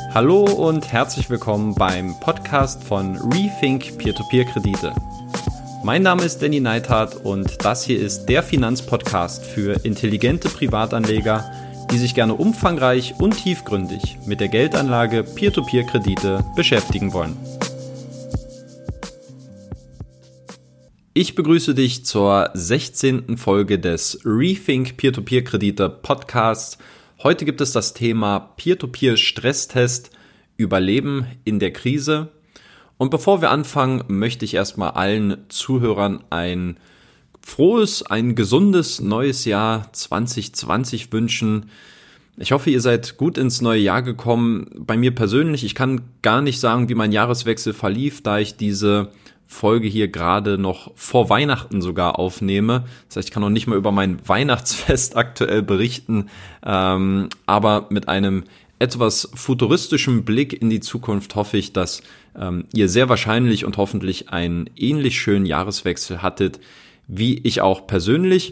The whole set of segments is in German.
Hallo und herzlich willkommen beim Podcast von Rethink Peer-to-Peer-Kredite. Mein Name ist Danny Neithardt und das hier ist der Finanzpodcast für intelligente Privatanleger, die sich gerne umfangreich und tiefgründig mit der Geldanlage Peer-to-Peer-Kredite beschäftigen wollen. Ich begrüße dich zur 16. Folge des Rethink Peer-to-Peer-Kredite Podcasts. Heute gibt es das Thema Peer-to-Peer-Stresstest, Überleben in der Krise. Und bevor wir anfangen, möchte ich erstmal allen Zuhörern ein frohes, ein gesundes neues Jahr 2020 wünschen. Ich hoffe, ihr seid gut ins neue Jahr gekommen. Bei mir persönlich, ich kann gar nicht sagen, wie mein Jahreswechsel verlief, da ich diese Folge hier gerade noch vor Weihnachten sogar aufnehme. Das heißt, ich kann noch nicht mal über mein Weihnachtsfest aktuell berichten, aber mit einem etwas futuristischen Blick in die Zukunft hoffe ich, dass ihr sehr wahrscheinlich und hoffentlich einen ähnlich schönen Jahreswechsel hattet, wie ich auch persönlich.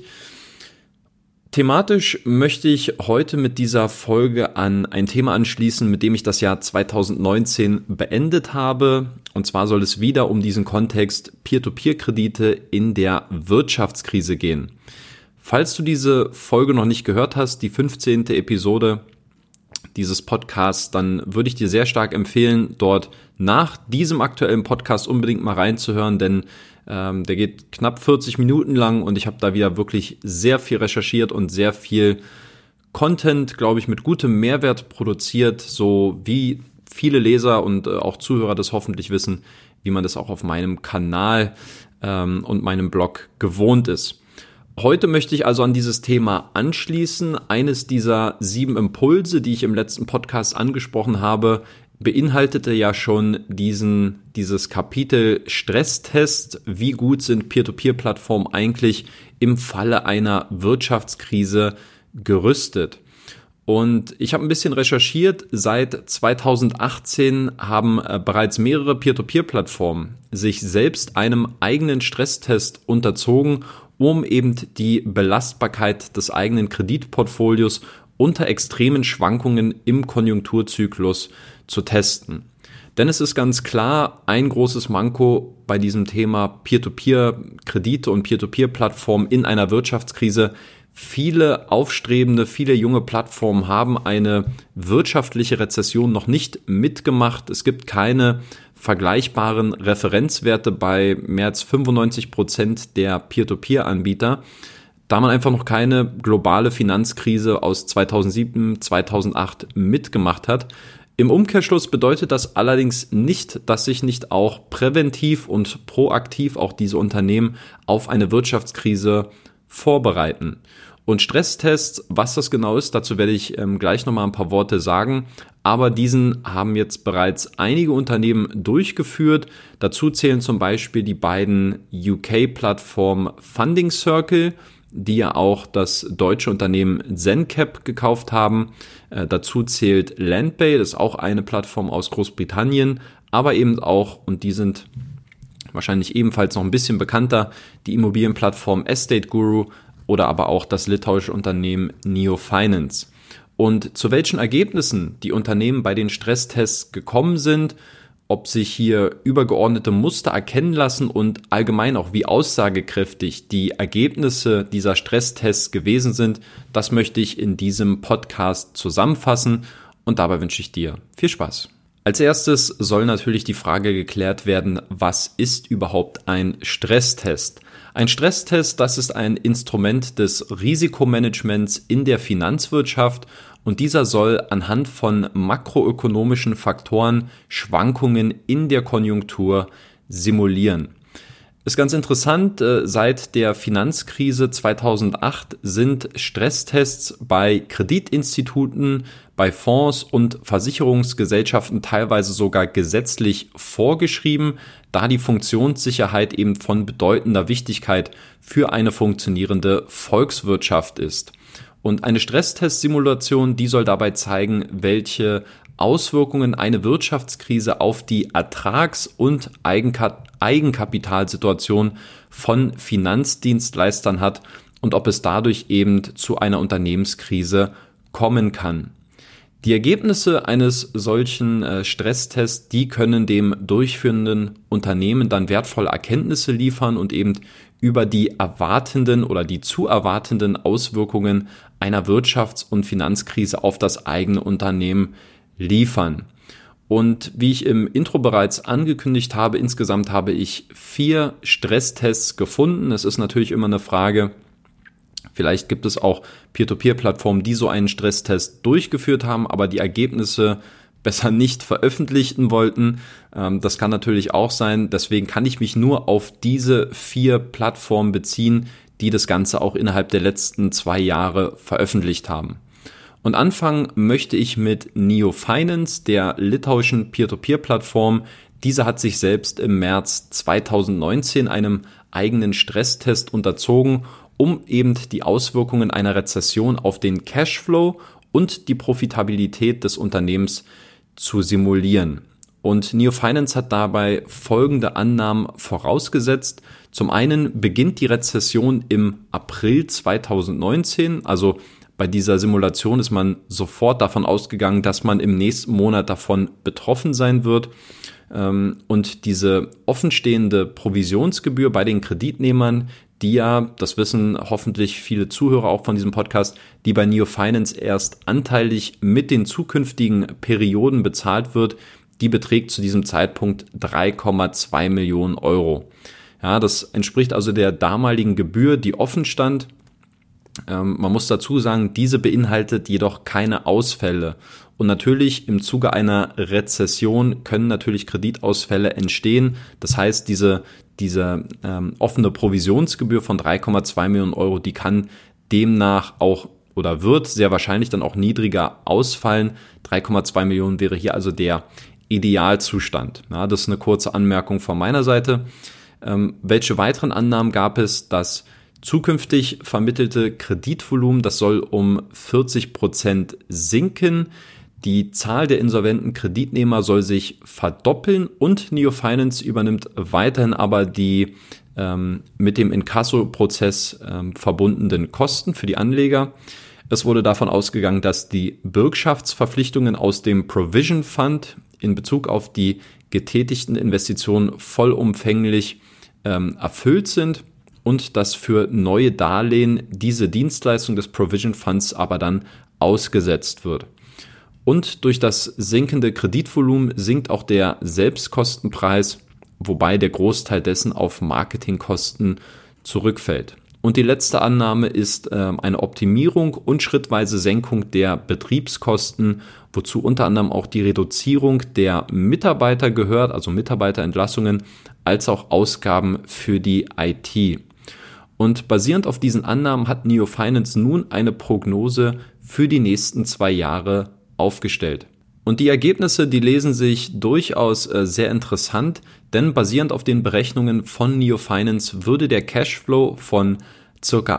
Thematisch möchte ich heute mit dieser Folge an ein Thema anschließen, mit dem ich das Jahr 2019 beendet habe. Und zwar soll es wieder um diesen Kontext Peer-to-Peer-Kredite in der Wirtschaftskrise gehen. Falls du diese Folge noch nicht gehört hast, die 15. Episode dieses Podcasts, dann würde ich dir sehr stark empfehlen, dort nach diesem aktuellen Podcast unbedingt mal reinzuhören, denn der geht knapp 40 Minuten lang und ich habe da wieder wirklich sehr viel recherchiert und sehr viel Content, glaube ich, mit gutem Mehrwert produziert, so wie viele Leser und auch Zuhörer das hoffentlich wissen, wie man das auch auf meinem Kanal und meinem Blog gewohnt ist. Heute möchte ich also an dieses Thema anschließen. Eines dieser 7 Impulse, die ich im letzten Podcast angesprochen habe, beinhaltete ja schon dieses Kapitel Stresstest. Wie gut sind Peer-to-Peer-Plattformen eigentlich im Falle einer Wirtschaftskrise gerüstet? Und ich habe ein bisschen recherchiert. Seit 2018 haben bereits mehrere Peer-to-Peer-Plattformen sich selbst einem eigenen Stresstest unterzogen, um eben die Belastbarkeit des eigenen Kreditportfolios unter extremen Schwankungen im Konjunkturzyklus zu testen. Denn es ist ganz klar, ein großes Manko bei diesem Thema Peer-to-Peer-Kredite und Peer-to-Peer-Plattformen in einer Wirtschaftskrise. Viele junge Plattformen haben eine wirtschaftliche Rezession noch nicht mitgemacht. Es gibt keine vergleichbaren Referenzwerte bei mehr als 95% der Peer-to-Peer-Anbieter, da man einfach noch keine globale Finanzkrise aus 2007, 2008 mitgemacht hat. Im Umkehrschluss bedeutet das allerdings nicht, dass sich nicht auch präventiv und proaktiv auch diese Unternehmen auf eine Wirtschaftskrise vorbereiten. Und Stresstests, was das genau ist, dazu werde ich gleich nochmal ein paar Worte sagen. Aber diesen haben jetzt bereits einige Unternehmen durchgeführt. Dazu zählen zum Beispiel die beiden UK-Plattformen Funding Circle, die ja auch das deutsche Unternehmen ZenCap gekauft haben. Dazu zählt Landbay, das ist auch eine Plattform aus Großbritannien, aber eben auch, und die sind wahrscheinlich ebenfalls noch ein bisschen bekannter, die Immobilienplattform Estate Guru oder aber auch das litauische Unternehmen Neo Finance. Und zu welchen Ergebnissen die Unternehmen bei den Stresstests gekommen sind, ob sich hier übergeordnete Muster erkennen lassen und allgemein auch wie aussagekräftig die Ergebnisse dieser Stresstests gewesen sind, das möchte ich in diesem Podcast zusammenfassen und dabei wünsche ich dir viel Spaß. Als erstes soll natürlich die Frage geklärt werden, was ist überhaupt ein Stresstest? Ein Stresstest, das ist ein Instrument des Risikomanagements in der Finanzwirtschaft und dieser soll anhand von makroökonomischen Faktoren Schwankungen in der Konjunktur simulieren. Ist ganz interessant, seit der Finanzkrise 2008 sind Stresstests bei Kreditinstituten, bei Fonds und Versicherungsgesellschaften teilweise sogar gesetzlich vorgeschrieben, da die Funktionssicherheit eben von bedeutender Wichtigkeit für eine funktionierende Volkswirtschaft ist. Und eine Stresstest-Simulation, die soll dabei zeigen, welche Auswirkungen eine Wirtschaftskrise auf die Ertrags- und Eigenkapitalsituation von Finanzdienstleistern hat und ob es dadurch eben zu einer Unternehmenskrise kommen kann. Die Ergebnisse eines solchen Stresstests, die können dem durchführenden Unternehmen dann wertvolle Erkenntnisse liefern und eben über die erwartenden oder die zu erwartenden Auswirkungen einer Wirtschafts- und Finanzkrise auf das eigene Unternehmen liefern. Und wie ich im Intro bereits angekündigt habe, insgesamt habe ich 4 Stresstests gefunden. Es ist natürlich immer eine Frage, vielleicht gibt es auch Peer-to-Peer-Plattformen, die so einen Stresstest durchgeführt haben, aber die Ergebnisse besser nicht veröffentlichen wollten. Das kann natürlich auch sein. Deswegen kann ich mich nur auf diese 4 Plattformen beziehen, die das Ganze auch innerhalb der letzten 2 Jahre veröffentlicht haben. Und anfangen möchte ich mit Neo Finance, der litauischen Peer-to-Peer-Plattform. Diese hat sich selbst im März 2019 einem eigenen Stresstest unterzogen, um eben die Auswirkungen einer Rezession auf den Cashflow und die Profitabilität des Unternehmens zu simulieren. Und Neo Finance hat dabei folgende Annahmen vorausgesetzt. Zum einen beginnt die Rezession im April 2019, also bei dieser Simulation ist man sofort davon ausgegangen, dass man im nächsten Monat davon betroffen sein wird. Und diese offenstehende Provisionsgebühr bei den Kreditnehmern, die ja, das wissen hoffentlich viele Zuhörer auch von diesem Podcast, die bei Neo Finance erst anteilig mit den zukünftigen Perioden bezahlt wird, die beträgt zu diesem Zeitpunkt 3,2 Millionen Euro. Ja, das entspricht also der damaligen Gebühr, die offen stand. Man muss dazu sagen, diese beinhaltet jedoch keine Ausfälle. Und natürlich im Zuge einer Rezession können natürlich Kreditausfälle entstehen. Das heißt, diese offene Provisionsgebühr von 3,2 Millionen Euro, die kann demnach auch oder wird sehr wahrscheinlich dann auch niedriger ausfallen. 3,2 Millionen wäre hier also der Idealzustand. Ja, das ist eine kurze Anmerkung von meiner Seite. Welche weiteren Annahmen gab es? Das zukünftig vermittelte Kreditvolumen, das soll um 40% sinken. Die Zahl der insolventen Kreditnehmer soll sich verdoppeln und Neo Finance übernimmt weiterhin aber die mit dem Inkasso-Prozess verbundenen Kosten für die Anleger. Es wurde davon ausgegangen, dass die Bürgschaftsverpflichtungen aus dem Provision Fund in Bezug auf die getätigten Investitionen vollumfänglich erfüllt sind und dass für neue Darlehen diese Dienstleistung des Provision Funds aber dann ausgesetzt wird. Und durch das sinkende Kreditvolumen sinkt auch der Selbstkostenpreis, wobei der Großteil dessen auf Marketingkosten zurückfällt. Und die letzte Annahme ist eine Optimierung und schrittweise Senkung der Betriebskosten, wozu unter anderem auch die Reduzierung der Mitarbeiter gehört, also Mitarbeiterentlassungen, als auch Ausgaben für die IT. Und basierend auf diesen Annahmen hat Neo Finance nun eine Prognose für die nächsten 2 Jahre aufgestellt. Und die Ergebnisse, die lesen sich durchaus sehr interessant, denn basierend auf den Berechnungen von Neo Finance würde der Cashflow von ca.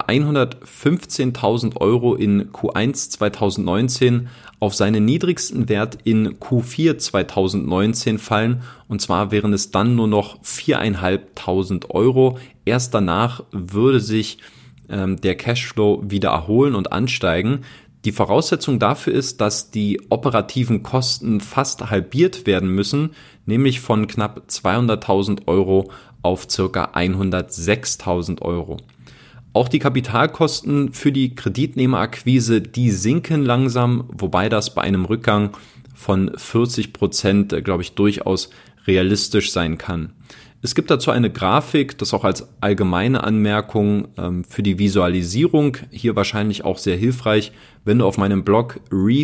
115.000 Euro in Q1 2019 auf seinen niedrigsten Wert in Q4 2019 fallen. Und zwar wären es dann nur noch 4.500 Euro. Erst danach würde sich der Cashflow wieder erholen und ansteigen. Die Voraussetzung dafür ist, dass die operativen Kosten fast halbiert werden müssen, nämlich von knapp 200.000 Euro auf ca. 106.000 Euro. Auch die Kapitalkosten für die Kreditnehmerakquise, die sinken langsam, wobei das bei einem Rückgang von 40%, glaube ich, durchaus realistisch sein kann. Es gibt dazu eine Grafik, das auch als allgemeine Anmerkung für die Visualisierung, hier wahrscheinlich auch sehr hilfreich, wenn du auf meinem Blog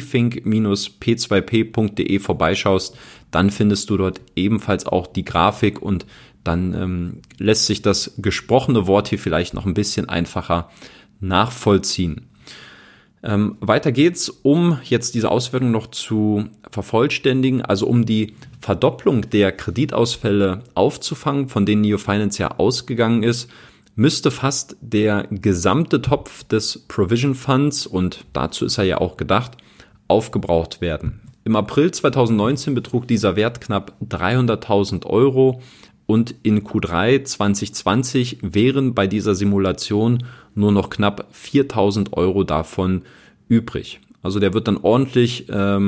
rethink-p2p.de vorbeischaust, dann findest du dort ebenfalls auch die Grafik und dann lässt sich das gesprochene Wort hier vielleicht noch ein bisschen einfacher nachvollziehen. Weiter geht's, um jetzt diese Auswertung noch zu vervollständigen, also um die Verdopplung der Kreditausfälle aufzufangen, von denen Neo Finance ja ausgegangen ist, müsste fast der gesamte Topf des Provision Funds, und dazu ist er ja auch gedacht, aufgebraucht werden. Im April 2019 betrug dieser Wert knapp 300.000 Euro und in Q3 2020 wären bei dieser Simulation nur noch knapp 4.000 Euro davon übrig. Also der wird dann ordentlich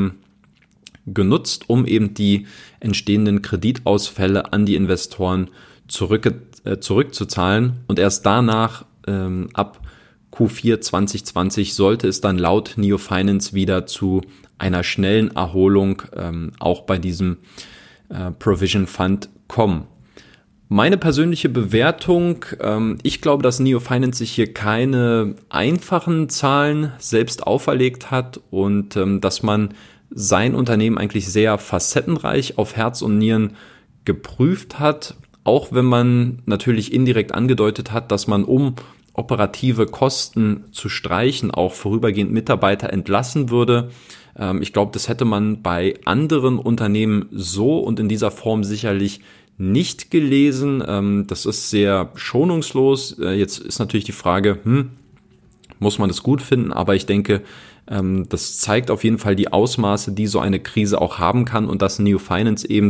genutzt, um eben die entstehenden Kreditausfälle an die Investoren zurückzuzahlen. Und erst danach, ab Q4 2020, sollte es dann laut Neo Finance wieder zu einer schnellen Erholung auch bei diesem Provision Fund kommen. Meine persönliche Bewertung, ich glaube, dass Neo Finance sich hier keine einfachen Zahlen selbst auferlegt hat und dass man sein Unternehmen eigentlich sehr facettenreich auf Herz und Nieren geprüft hat, auch wenn man natürlich indirekt angedeutet hat, dass man, um operative Kosten zu streichen, auch vorübergehend Mitarbeiter entlassen würde. Ich glaube, das hätte man bei anderen Unternehmen so und in dieser Form sicherlich nicht gelesen. Das ist sehr schonungslos. Jetzt ist natürlich die Frage, muss man das gut finden? Aber ich denke, das zeigt auf jeden Fall die Ausmaße, die so eine Krise auch haben kann und dass Neo Finance eben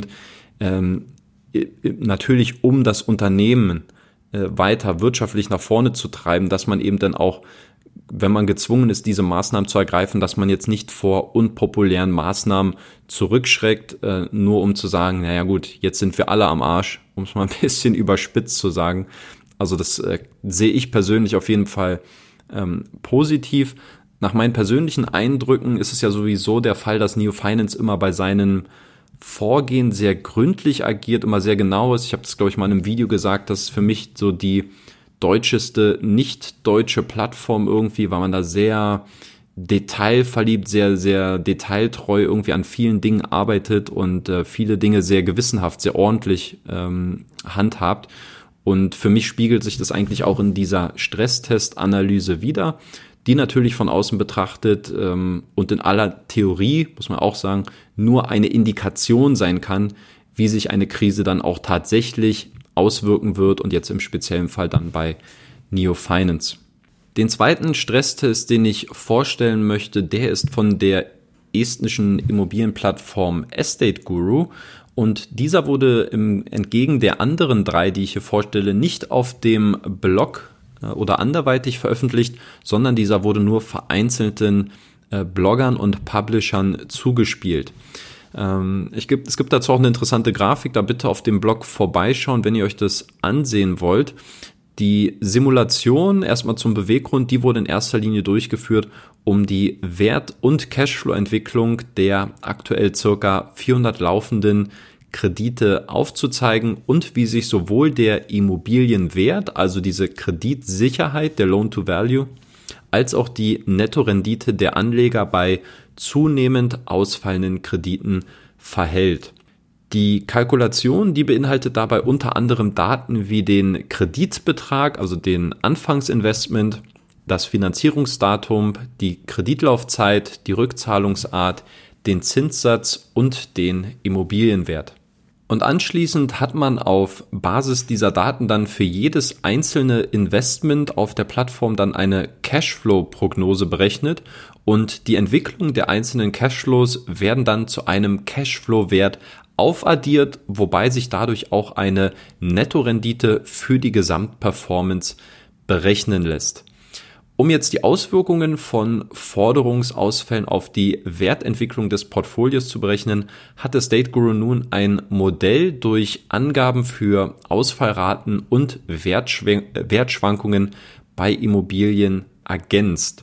natürlich, um das Unternehmen weiter wirtschaftlich nach vorne zu treiben, dass man eben dann auch, wenn man gezwungen ist, diese Maßnahmen zu ergreifen, dass man jetzt nicht vor unpopulären Maßnahmen zurückschreckt, nur um zu sagen, naja gut, jetzt sind wir alle am Arsch, um es mal ein bisschen überspitzt zu sagen. Also das sehe ich persönlich auf jeden Fall positiv. Nach meinen persönlichen Eindrücken ist es ja sowieso der Fall, dass Neo Finance immer bei seinen Vorgehen sehr gründlich agiert, immer sehr genau ist. Ich habe das, glaube ich, mal in einem Video gesagt, dass für mich so die deutscheste nicht-deutsche Plattform irgendwie, weil man da sehr detailverliebt, sehr, sehr detailtreu irgendwie an vielen Dingen arbeitet und viele Dinge sehr gewissenhaft, sehr ordentlich handhabt. Und für mich spiegelt sich das eigentlich auch in dieser Stresstest-Analyse wider, die natürlich von außen betrachtet und in aller Theorie, muss man auch sagen, nur eine Indikation sein kann, wie sich eine Krise dann auch tatsächlich auswirken wird und jetzt im speziellen Fall dann bei Neo Finance. Den zweiten Stresstest, den ich vorstellen möchte, der ist von der estnischen Immobilienplattform Estate Guru und dieser wurde entgegen der anderen drei, die ich hier vorstelle, nicht auf dem Blog oder anderweitig veröffentlicht, sondern dieser wurde nur vereinzelten Bloggern und Publishern zugespielt. Es gibt dazu auch eine interessante Grafik, da bitte auf dem Blog vorbeischauen, wenn ihr euch das ansehen wollt. Die Simulation, erstmal zum Beweggrund, die wurde in erster Linie durchgeführt, um die Wert- und Cashflow-Entwicklung der aktuell circa 400 laufenden Kredite aufzuzeigen und wie sich sowohl der Immobilienwert, also diese Kreditsicherheit, der Loan-to-Value, als auch die Nettorendite der Anleger bei zunehmend ausfallenden Krediten verhält. Die Kalkulation, die beinhaltet dabei unter anderem Daten wie den Kreditbetrag, also den Anfangsinvestment, das Finanzierungsdatum, die Kreditlaufzeit, die Rückzahlungsart, den Zinssatz und den Immobilienwert. Und anschließend hat man auf Basis dieser Daten dann für jedes einzelne Investment auf der Plattform dann eine Cashflow-Prognose berechnet und die Entwicklung der einzelnen Cashflows werden dann zu einem Cashflow-Wert aufaddiert, wobei sich dadurch auch eine Nettorendite für die Gesamtperformance berechnen lässt. Um jetzt die Auswirkungen von Forderungsausfällen auf die Wertentwicklung des Portfolios zu berechnen, hat Estate Guru nun ein Modell durch Angaben für Ausfallraten und Wertschwankungen bei Immobilien ergänzt.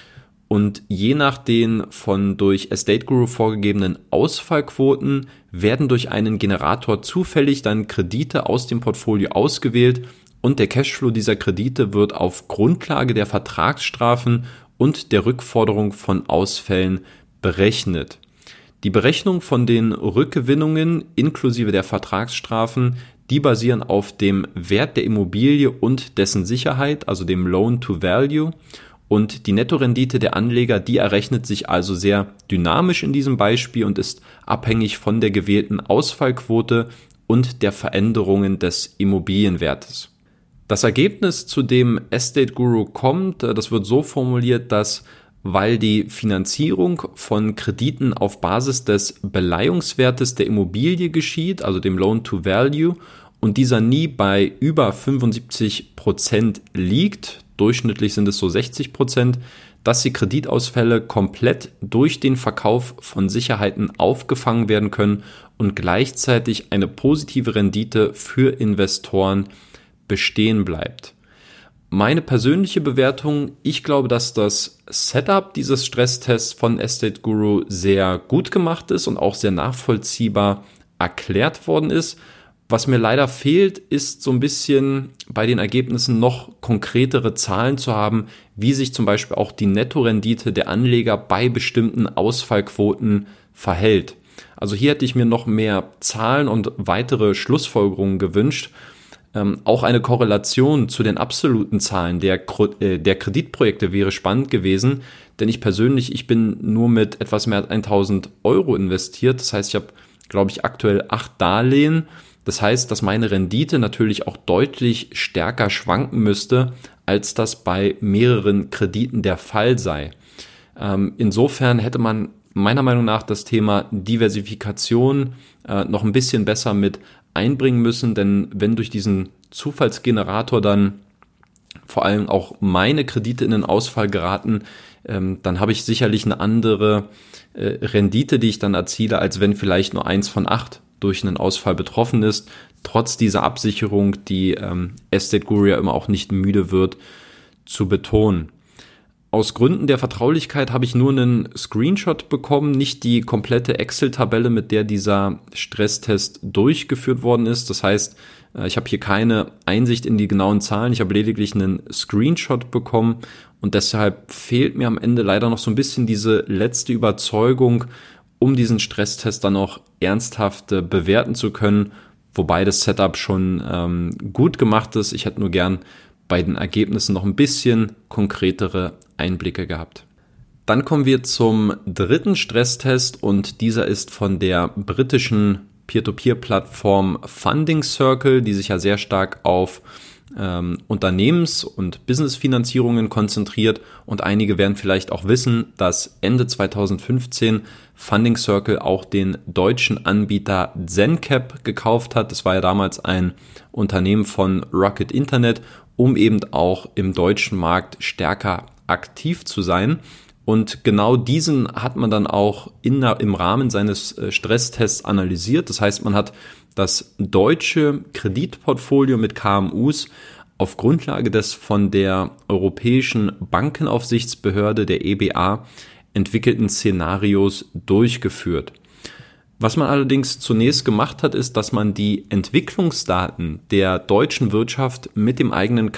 Und je nach den durch Estate Guru vorgegebenen Ausfallquoten werden durch einen Generator zufällig dann Kredite aus dem Portfolio ausgewählt und der Cashflow dieser Kredite wird auf Grundlage der Vertragsstrafen und der Rückforderung von Ausfällen berechnet. Die Berechnung von den Rückgewinnungen inklusive der Vertragsstrafen, die basieren auf dem Wert der Immobilie und dessen Sicherheit, also dem Loan-to-Value. Und die Nettorendite der Anleger, die errechnet sich also sehr dynamisch in diesem Beispiel und ist abhängig von der gewählten Ausfallquote und der Veränderungen des Immobilienwertes. Das Ergebnis, zu dem Estate Guru kommt, das wird so formuliert, dass weil die Finanzierung von Krediten auf Basis des Beleihungswertes der Immobilie geschieht, also dem Loan-to-Value, und dieser nie bei über 75% liegt, durchschnittlich sind es so 60%, dass die Kreditausfälle komplett durch den Verkauf von Sicherheiten aufgefangen werden können und gleichzeitig eine positive Rendite für Investoren bestehen bleibt. Meine persönliche Bewertung, ich glaube, dass das Setup dieses Stresstests von Estate Guru sehr gut gemacht ist und auch sehr nachvollziehbar erklärt worden ist. Was mir leider fehlt, ist so ein bisschen bei den Ergebnissen noch konkretere Zahlen zu haben, wie sich zum Beispiel auch die Nettorendite der Anleger bei bestimmten Ausfallquoten verhält. Also hier hätte ich mir noch mehr Zahlen und weitere Schlussfolgerungen gewünscht. Auch eine Korrelation zu den absoluten Zahlen der Kreditprojekte wäre spannend gewesen, denn ich bin nur mit etwas mehr als 1.000 Euro investiert. Das heißt, ich habe, glaube ich, aktuell 8 Darlehen. Das heißt, dass meine Rendite natürlich auch deutlich stärker schwanken müsste, als das bei mehreren Krediten der Fall sei. Insofern hätte man meiner Meinung nach das Thema Diversifikation noch ein bisschen besser mit einbringen müssen, denn wenn durch diesen Zufallsgenerator dann vor allem auch meine Kredite in den Ausfall geraten, dann habe ich sicherlich eine andere Rendite, die ich dann erziele, als wenn vielleicht nur 1 von 8 durch einen Ausfall betroffen ist, trotz dieser Absicherung, die Estate Guru ja immer auch nicht müde wird zu betonen. Aus Gründen der Vertraulichkeit habe ich nur einen Screenshot bekommen, nicht die komplette Excel-Tabelle, mit der dieser Stresstest durchgeführt worden ist. Das heißt, ich habe hier keine Einsicht in die genauen Zahlen, ich habe lediglich einen Screenshot bekommen und deshalb fehlt mir am Ende leider noch so ein bisschen diese letzte Überzeugung, um diesen Stresstest dann auch ernsthaft bewerten zu können, wobei das Setup schon gut gemacht ist. Ich hätte nur gern bei den Ergebnissen noch ein bisschen konkretere Einblicke gehabt. Dann kommen wir zum dritten Stresstest und dieser ist von der britischen Peer-to-Peer-Plattform Funding Circle, die sich ja sehr stark auf Unternehmens- und Businessfinanzierungen konzentriert und einige werden vielleicht auch wissen, dass Ende 2015 Funding Circle auch den deutschen Anbieter ZenCap gekauft hat. Das war ja damals ein Unternehmen von Rocket Internet, um eben auch im deutschen Markt stärker aktiv zu sein. Und genau diesen hat man dann auch im Rahmen seines Stresstests analysiert. Das heißt, man hat das deutsche Kreditportfolio mit KMUs auf Grundlage des von der Europäischen Bankenaufsichtsbehörde, der EBA, entwickelten Szenarios durchgeführt. Was man allerdings zunächst gemacht hat, ist, dass man die Entwicklungsdaten der deutschen Wirtschaft mit dem eigenen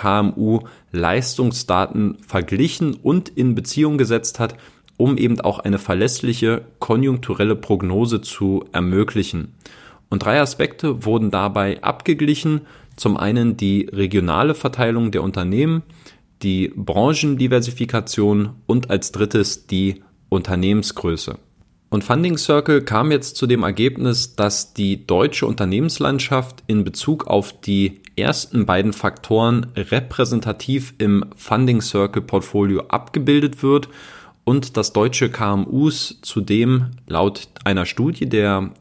KMU-Leistungsdaten verglichen und in Beziehung gesetzt hat, um eben auch eine verlässliche konjunkturelle Prognose zu ermöglichen. Und 3 Aspekte wurden dabei abgeglichen. Zum einen die regionale Verteilung der Unternehmen, die Branchendiversifikation und als drittes die Unternehmensgröße. Und Funding Circle kam jetzt zu dem Ergebnis, dass die deutsche Unternehmenslandschaft in Bezug auf die ersten beiden Faktoren repräsentativ im Funding Circle Portfolio abgebildet wird und dass deutsche KMUs zudem laut einer Studie der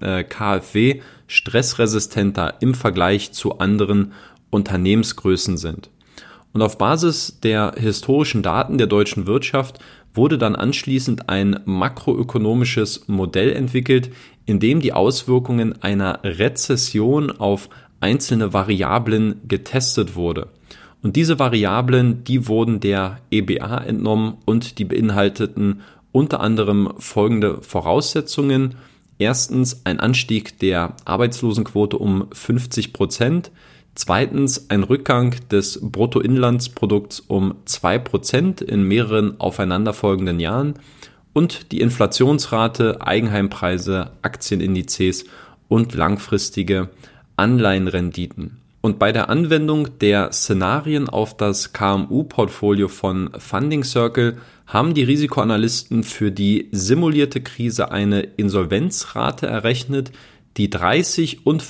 KfW stressresistenter im Vergleich zu anderen Unternehmensgrößen sind. Und auf Basis der historischen Daten der deutschen Wirtschaft wurde dann anschließend ein makroökonomisches Modell entwickelt, in dem die Auswirkungen einer Rezession auf einzelne Variablen getestet wurde. Und diese Variablen, die wurden der EBA entnommen und die beinhalteten unter anderem folgende Voraussetzungen. Erstens ein Anstieg der Arbeitslosenquote um 50%. Zweitens ein Rückgang des Bruttoinlandsprodukts um 2% in mehreren aufeinanderfolgenden Jahren und die Inflationsrate, Eigenheimpreise, Aktienindizes und langfristige Anleihenrenditen. Und bei der Anwendung der Szenarien auf das KMU-Portfolio von Funding Circle haben die Risikoanalysten für die simulierte Krise eine Insolvenzrate errechnet, die 30 und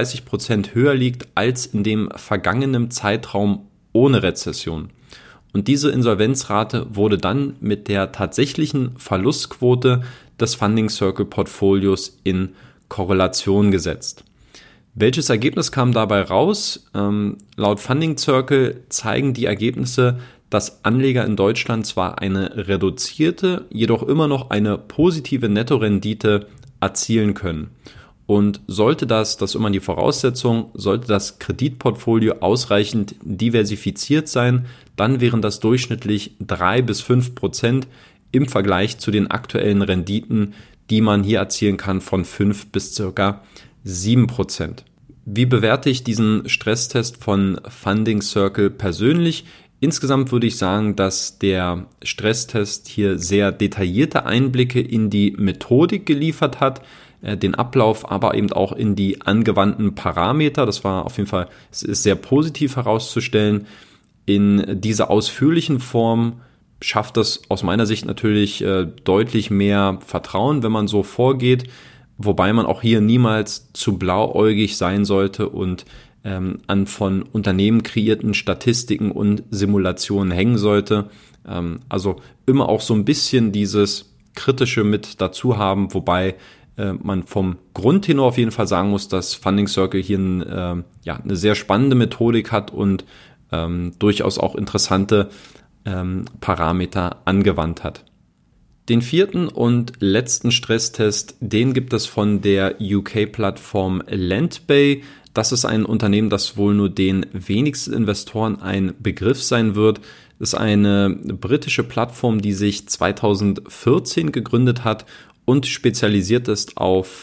35% höher liegt als in dem vergangenen Zeitraum ohne Rezession. Und diese Insolvenzrate wurde dann mit der tatsächlichen Verlustquote des Funding Circle Portfolios in Korrelation gesetzt. Welches Ergebnis kam dabei raus? Laut Funding Circle zeigen die Ergebnisse, dass Anleger in Deutschland zwar eine reduzierte, jedoch immer noch eine positive Nettorendite erzielen können. Und sollte das ist immer die Voraussetzung, sollte das Kreditportfolio ausreichend diversifiziert sein, dann wären das durchschnittlich 3-5% im Vergleich zu den aktuellen Renditen, die man hier erzielen kann von 5 bis ca. 7%. Wie bewerte ich diesen Stresstest von Funding Circle persönlich? Insgesamt würde ich sagen, dass der Stresstest hier sehr detaillierte Einblicke in die Methodik geliefert hat, den Ablauf, aber eben auch in die angewandten Parameter. Das war auf jeden Fall, es ist sehr positiv herauszustellen. In dieser ausführlichen Form schafft das aus meiner Sicht natürlich deutlich mehr Vertrauen, wenn man so vorgeht, wobei man auch hier niemals zu blauäugig sein sollte und an von Unternehmen kreierten Statistiken und Simulationen hängen sollte. Also immer auch so ein bisschen dieses Kritische mit dazu haben, wobei man vom Grundtenor auf jeden Fall sagen muss, dass Funding Circle hier eine sehr spannende Methodik hat und durchaus auch interessante Parameter angewandt hat. Den vierten und letzten Stresstest, den gibt es von der UK-Plattform Landbay. Das ist ein Unternehmen, das wohl nur den wenigsten Investoren ein Begriff sein wird. Das ist eine britische Plattform, die sich 2014 gegründet hat und spezialisiert ist auf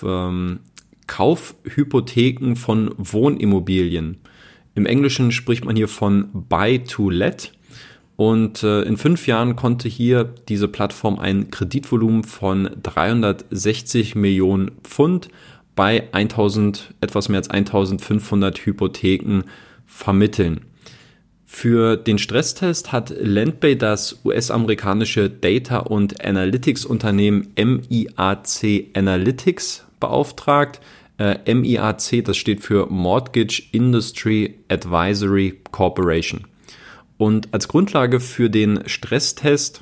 Kaufhypotheken von Wohnimmobilien. Im Englischen spricht man hier von Buy to Let. Und in 5 Jahren konnte hier diese Plattform ein Kreditvolumen von 360 Millionen Pfund bei etwas mehr als 1500 Hypotheken vermitteln. Für den Stresstest hat Landbay das US-amerikanische Data- und Analytics-Unternehmen MIAC Analytics beauftragt. MIAC, das steht für Mortgage Industry Advisory Corporation. Und als Grundlage für den Stresstest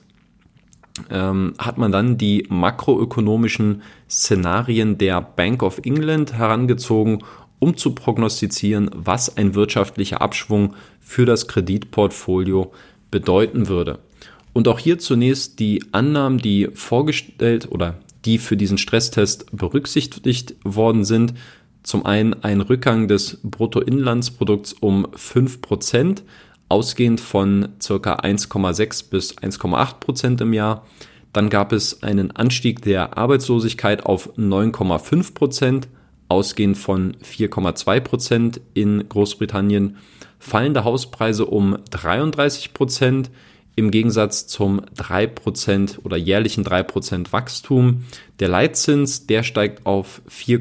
hat man dann die makroökonomischen Szenarien der Bank of England herangezogen, um zu prognostizieren, was ein wirtschaftlicher Abschwung für das Kreditportfolio bedeuten würde. Und auch hier zunächst die Annahmen, die vorgestellt oder die für diesen Stresstest berücksichtigt worden sind. Zum einen ein Rückgang des Bruttoinlandsprodukts um 5%, ausgehend von ca. 1,6 bis 1,8% im Jahr. Dann gab es einen Anstieg der Arbeitslosigkeit auf 9,5%, ausgehend von 4,2% in Großbritannien. Fallende Hauspreise um 33%, im Gegensatz zum 3% oder jährlichen 3% Wachstum. Der Leitzins, der steigt auf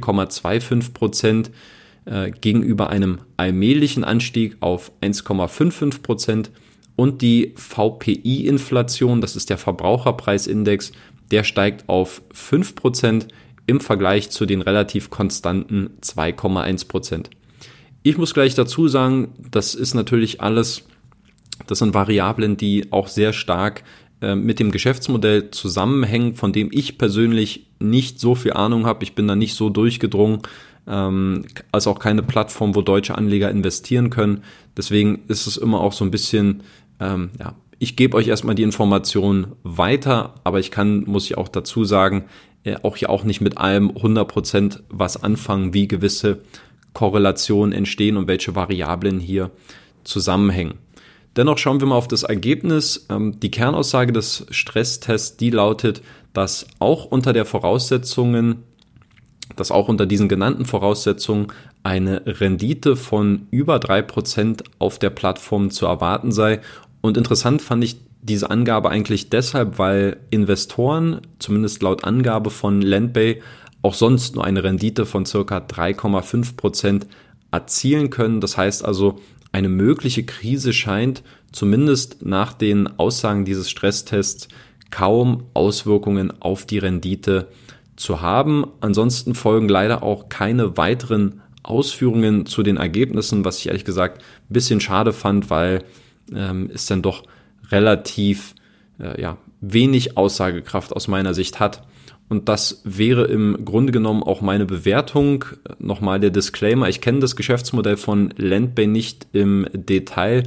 4,25%, gegenüber einem allmählichen Anstieg auf 1,55% und die VPI-Inflation, das ist der Verbraucherpreisindex, der steigt auf 5% im Vergleich zu den relativ konstanten 2,1%. Ich muss gleich dazu sagen, das ist natürlich alles, das sind Variablen, die auch sehr stark mit dem Geschäftsmodell zusammenhängen, von dem ich persönlich nicht so viel Ahnung habe. Ich bin da nicht so durchgedrungen, als auch keine Plattform, wo deutsche Anleger investieren können. Deswegen ist es immer auch so ein bisschen, ich gebe euch erstmal die Informationen weiter, aber muss ich auch dazu sagen, auch nicht mit allem 100% was anfangen, wie gewisse Korrelationen entstehen und welche Variablen hier zusammenhängen. Dennoch schauen wir mal auf das Ergebnis. Die Kernaussage des Stresstests, die lautet, dass auch unter diesen genannten Voraussetzungen eine Rendite von über 3% auf der Plattform zu erwarten sei. Und interessant fand ich diese Angabe eigentlich deshalb, weil Investoren, zumindest laut Angabe von Landbay, auch sonst nur eine Rendite von ca. 3,5% erzielen können. Das heißt also, eine mögliche Krise scheint zumindest nach den Aussagen dieses Stresstests kaum Auswirkungen auf die Rendite zu haben. Ansonsten folgen leider auch keine weiteren Ausführungen zu den Ergebnissen, was ich ehrlich gesagt ein bisschen schade fand, weil es dann doch relativ wenig Aussagekraft aus meiner Sicht hat. Und das wäre im Grunde genommen auch meine Bewertung. Nochmal der Disclaimer, ich kenne das Geschäftsmodell von Landbay nicht im Detail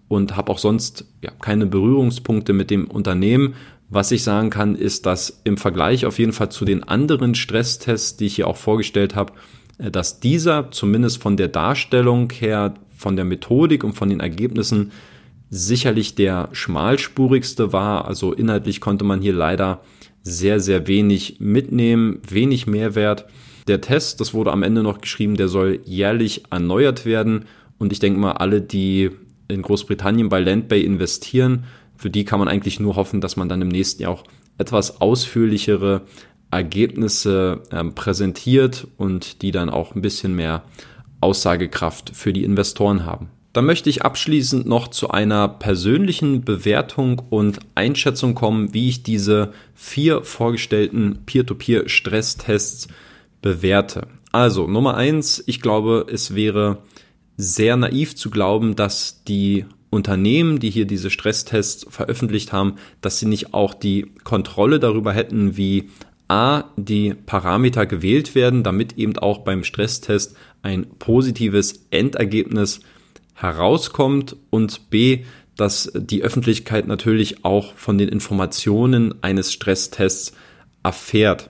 und habe auch sonst keine Berührungspunkte mit dem Unternehmen. Was ich sagen kann, ist, dass im Vergleich auf jeden Fall zu den anderen Stresstests, die ich hier auch vorgestellt habe, dass dieser zumindest von der Darstellung her, von der Methodik und von den Ergebnissen sicherlich der schmalspurigste war. Also inhaltlich konnte man hier leider sehr, sehr wenig mitnehmen, wenig Mehrwert. Der Test, das wurde am Ende noch geschrieben, der soll jährlich erneuert werden. Und ich denke mal, alle, die in Großbritannien bei Landbay investieren, für die kann man eigentlich nur hoffen, dass man dann im nächsten Jahr auch etwas ausführlichere Ergebnisse präsentiert und die dann auch ein bisschen mehr Aussagekraft für die Investoren haben. Dann möchte ich abschließend noch zu einer persönlichen Bewertung und Einschätzung kommen, wie ich diese 4 vorgestellten Peer-to-Peer-Stresstests bewerte. Also Nummer 1, ich glaube, es wäre sehr naiv zu glauben, dass die Unternehmen, die hier diese Stresstests veröffentlicht haben, dass sie nicht auch die Kontrolle darüber hätten, wie die Parameter gewählt werden, damit eben auch beim Stresstest ein positives Endergebnis herauskommt und B, dass die Öffentlichkeit natürlich auch von den Informationen eines Stresstests erfährt.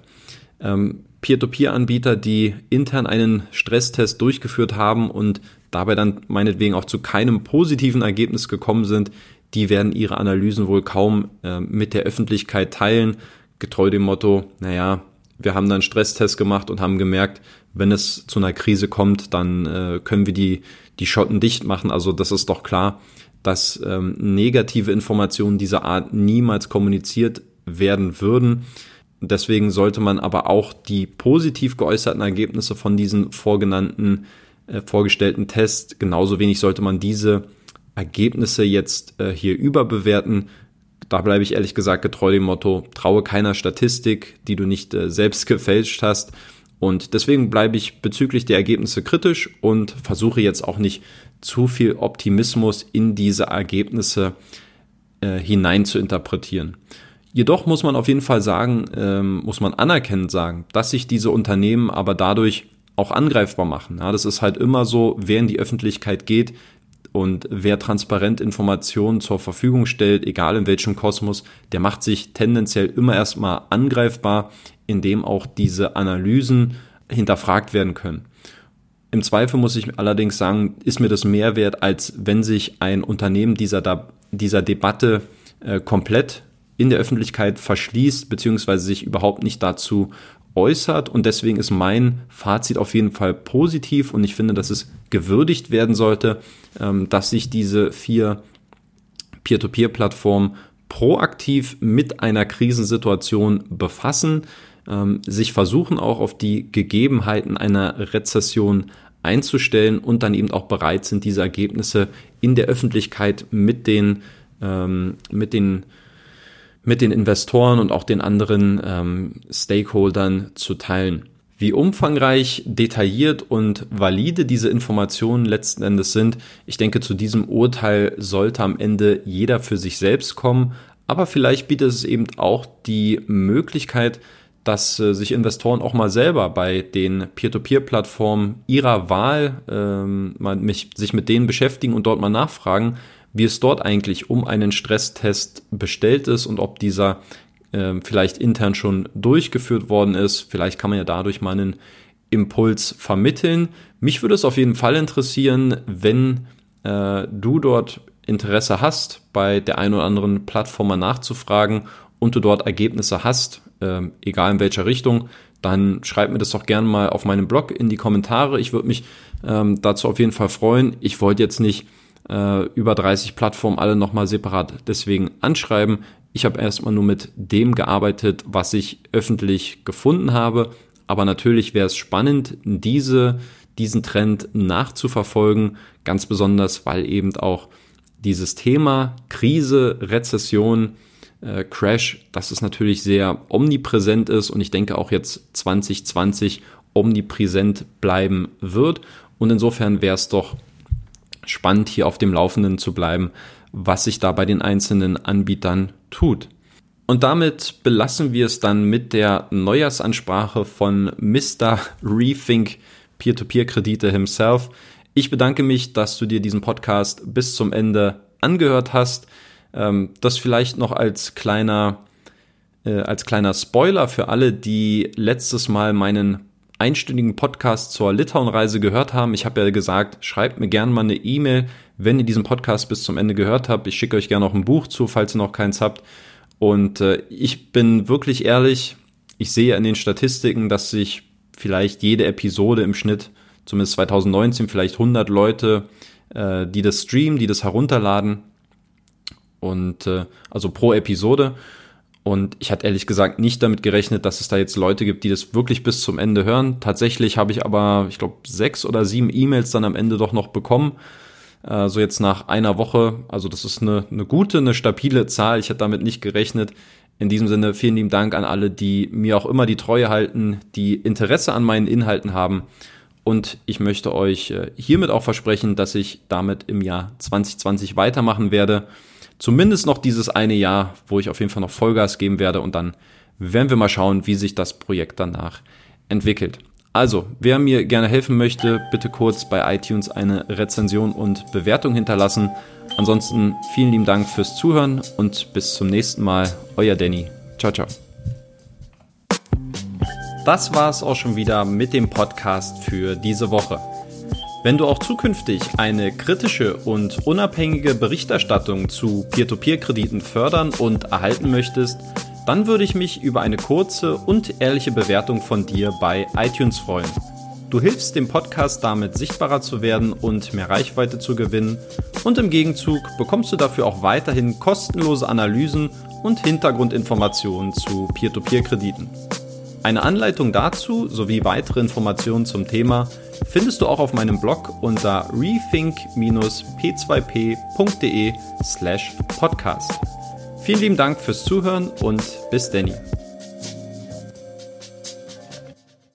Peer-to-Peer-Anbieter, die intern einen Stresstest durchgeführt haben und dabei dann meinetwegen auch zu keinem positiven Ergebnis gekommen sind, die werden ihre Analysen wohl kaum mit der Öffentlichkeit teilen, getreu dem Motto, wir haben dann einen Stresstest gemacht und haben gemerkt, wenn es zu einer Krise kommt, dann können wir die Schotten dicht machen. Also das ist doch klar, dass negative Informationen dieser Art niemals kommuniziert werden würden. Deswegen sollte man aber auch die positiv geäußerten Ergebnisse von diesen vorgestellten Tests, genauso wenig sollte man diese Ergebnisse jetzt hier überbewerten. Da bleibe ich ehrlich gesagt getreu dem Motto, traue keiner Statistik, die du nicht selbst gefälscht hast. Und deswegen bleibe ich bezüglich der Ergebnisse kritisch und versuche jetzt auch nicht zu viel Optimismus in diese Ergebnisse hinein zu interpretieren. Jedoch muss man auf jeden Fall sagen, muss man anerkennend sagen, dass sich diese Unternehmen aber dadurch auch angreifbar machen. Ja, das ist halt immer so, wer in die Öffentlichkeit geht und wer transparent Informationen zur Verfügung stellt, egal in welchem Kosmos, der macht sich tendenziell immer erstmal angreifbar, indem auch diese Analysen hinterfragt werden können. Im Zweifel muss ich allerdings sagen, ist mir das mehr wert, als wenn sich ein Unternehmen dieser Debatte komplett in der Öffentlichkeit verschließt, beziehungsweise sich überhaupt nicht dazu äußert. Und deswegen ist mein Fazit auf jeden Fall positiv und ich finde, dass es gewürdigt werden sollte, dass sich diese 4 Peer-to-Peer-Plattformen proaktiv mit einer Krisensituation befassen, sich versuchen auch auf die Gegebenheiten einer Rezession einzustellen und dann eben auch bereit sind, diese Ergebnisse in der Öffentlichkeit mit den Investoren und auch den anderen Stakeholdern zu teilen. Wie umfangreich, detailliert und valide diese Informationen letzten Endes sind, ich denke, zu diesem Urteil sollte am Ende jeder für sich selbst kommen, aber vielleicht bietet es eben auch die Möglichkeit, dass sich Investoren auch mal selber bei den Peer-to-Peer-Plattformen ihrer Wahl sich mit denen beschäftigen und dort mal nachfragen, wie es dort eigentlich um einen Stresstest bestellt ist und ob dieser vielleicht intern schon durchgeführt worden ist. Vielleicht kann man ja dadurch mal einen Impuls vermitteln. Mich würde es auf jeden Fall interessieren, wenn du dort Interesse hast, bei der einen oder anderen Plattform mal nachzufragen und du dort Ergebnisse hast, egal in welcher Richtung, dann schreib mir das doch gerne mal auf meinem Blog in die Kommentare. Ich würde mich dazu auf jeden Fall freuen. Ich wollte jetzt nicht über 30 Plattformen alle nochmal separat deswegen anschreiben. Ich habe erstmal nur mit dem gearbeitet, was ich öffentlich gefunden habe. Aber natürlich wäre es spannend, diesen Trend nachzuverfolgen, ganz besonders, weil eben auch dieses Thema Krise, Rezession, Crash, dass es natürlich sehr omnipräsent ist und ich denke auch jetzt 2020 omnipräsent bleiben wird. Und insofern wäre es doch spannend, hier auf dem Laufenden zu bleiben, was sich da bei den einzelnen Anbietern tut. Und damit belassen wir es dann mit der Neujahrsansprache von Mr. Rethink Peer-to-Peer-Kredite himself. Ich bedanke mich, dass du dir diesen Podcast bis zum Ende angehört hast. Das vielleicht noch als kleiner Spoiler für alle, die letztes Mal meinen einstündigen Podcast zur Litauen-Reise gehört haben. Ich habe ja gesagt, schreibt mir gerne mal eine E-Mail, wenn ihr diesen Podcast bis zum Ende gehört habt. Ich schicke euch gerne noch ein Buch zu, falls ihr noch keins habt. Und ich bin wirklich ehrlich, ich sehe in den Statistiken, dass sich vielleicht jede Episode im Schnitt, zumindest 2019, vielleicht 100 Leute, die das streamen, die das herunterladen. Und also pro Episode. Und ich hatte ehrlich gesagt nicht damit gerechnet, dass es da jetzt Leute gibt, die das wirklich bis zum Ende hören. Tatsächlich habe ich aber, ich glaube, 6 oder 7 E-Mails dann am Ende doch noch bekommen. So jetzt nach einer Woche. Also das ist eine gute, eine stabile Zahl. Ich hätte damit nicht gerechnet. In diesem Sinne vielen lieben Dank an alle, die mir auch immer die Treue halten, die Interesse an meinen Inhalten haben. Und ich möchte euch hiermit auch versprechen, dass ich damit im Jahr 2020 weitermachen werde. Zumindest noch dieses eine Jahr, wo ich auf jeden Fall noch Vollgas geben werde, und dann werden wir mal schauen, wie sich das Projekt danach entwickelt. Also, wer mir gerne helfen möchte, bitte kurz bei iTunes eine Rezension und Bewertung hinterlassen. Ansonsten vielen lieben Dank fürs Zuhören und bis zum nächsten Mal. Euer Danny. Ciao, ciao. Das war's auch schon wieder mit dem Podcast für diese Woche. Wenn du auch zukünftig eine kritische und unabhängige Berichterstattung zu Peer-to-Peer-Krediten fördern und erhalten möchtest, dann würde ich mich über eine kurze und ehrliche Bewertung von dir bei iTunes freuen. Du hilfst dem Podcast damit, sichtbarer zu werden und mehr Reichweite zu gewinnen, und im Gegenzug bekommst du dafür auch weiterhin kostenlose Analysen und Hintergrundinformationen zu Peer-to-Peer-Krediten. Eine Anleitung dazu sowie weitere Informationen zum Thema findest du auch auf meinem Blog unter rethink-p2p.de/podcast. Vielen lieben Dank fürs Zuhören und bis Danny.